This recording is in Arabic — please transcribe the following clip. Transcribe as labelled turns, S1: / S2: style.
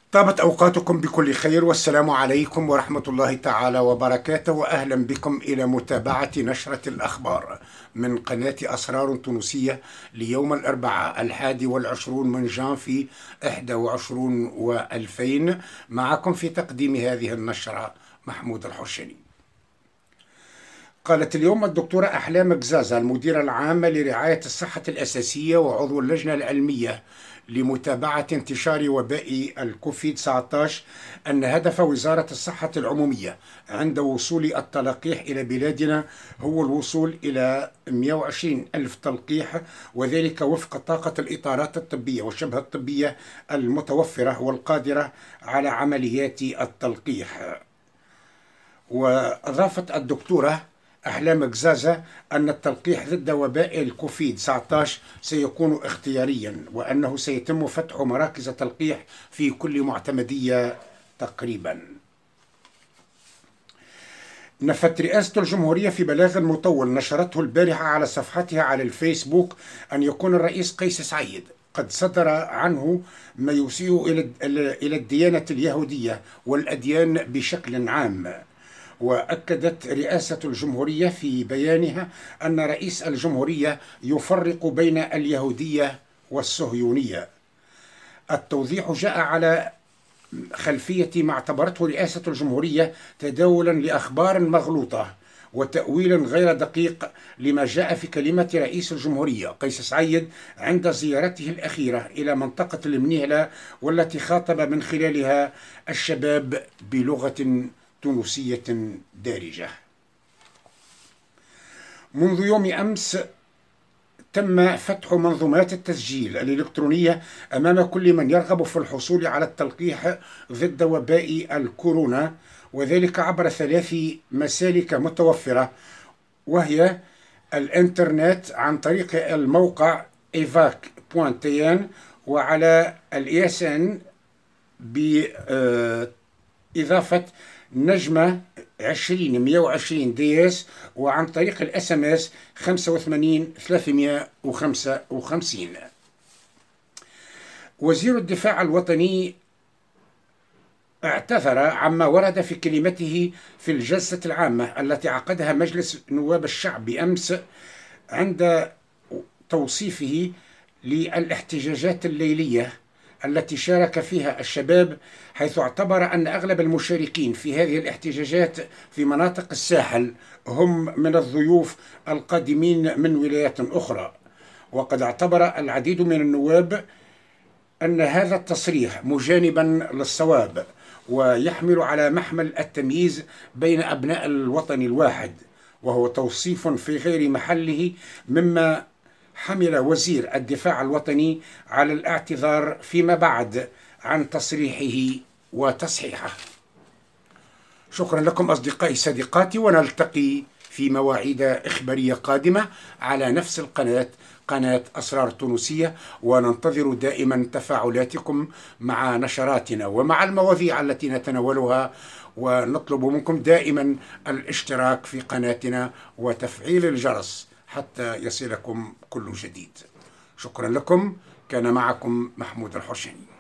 S1: طابت أوقاتكم بكل خير، والسلام عليكم ورحمة الله تعالى وبركاته، وأهلا بكم إلى متابعة نشرة الأخبار من قناة أسرار تونسية ليوم الأربعاء 21 من جانفي 21 و2000. معكم في تقديم هذه النشرة محمود الحشني. قالت اليوم الدكتورة أحلام قزازة المديرة العامة لرعاية الصحة الأساسية وعضو اللجنة العلمية لمتابعة انتشار وباء الكوفيد-19 أن هدف وزارة الصحة العمومية عند وصول التلقيح إلى بلادنا هو الوصول إلى 120 ألف تلقيح، وذلك وفق طاقة الإطارات الطبية والشبه الطبية المتوفرة والقادرة على عمليات التلقيح. وأضافت الدكتورة أحلام قزازة أن التلقيح ضد وباء الكوفيد-19 سيكون اختياريا، وأنه سيتم فتح مراكز تلقيح في كل معتمدية تقريبا. نفت رئاسة الجمهورية في بلاغ مطول نشرته البارحة على صفحتها على الفيسبوك أن يكون الرئيس قيس سعيد قد صدر عنه ما يسيء إلى الديانة اليهودية والأديان بشكل عام. وأكدت رئاسة الجمهورية في بيانها أن رئيس الجمهورية يفرق بين اليهودية والصهيونية. التوضيح جاء على خلفية ما اعتبرته رئاسة الجمهورية تداولا لأخبار مغلوطة وتأويل غير دقيق لما جاء في كلمة رئيس الجمهورية قيس سعيد عند زيارته الأخيرة إلى منطقة المنيهلة، والتي خاطب من خلالها الشباب بلغة تونسية دارجة. منذ يوم أمس تم فتح منظومات التسجيل الإلكترونية أمام كل من يرغب في الحصول على التلقيح ضد وباء الكورونا، وذلك عبر 3 مسالك متوفرة، وهي الإنترنت عن طريق الموقع evac.tn، وعلى الإيسان بإضافة نجمة 20120 DS، وعن طريق الSMS 85 355. وزير الدفاع الوطني اعتذر عما ورد في كلمته في الجلسة العامة التي عقدها مجلس نواب الشعب بأمس عند توصيفه للاحتجاجات الليلية التي شارك فيها الشباب، حيث اعتبر أن أغلب المشاركين في هذه الاحتجاجات في مناطق الساحل هم من الضيوف القادمين من ولايات أخرى. وقد اعتبر العديد من النواب أن هذا التصريح مجانبا للصواب ويحمل على محمل التمييز بين أبناء الوطن الواحد، وهو توصيف في غير محله، مما حمل وزير الدفاع الوطني على الاعتذار فيما بعد عن تصريحه وتصحيحه. شكرا لكم أصدقائي صديقاتي، ونلتقي في مواعيد إخبارية قادمة على نفس القناة، قناة أسرار تونسية، وننتظر دائما تفاعلاتكم مع نشراتنا ومع المواضيع التي نتناولها، ونطلب منكم دائما الاشتراك في قناتنا وتفعيل الجرس حتى يصلكم كل جديد. شكرا لكم، كان معكم محمود الحشني.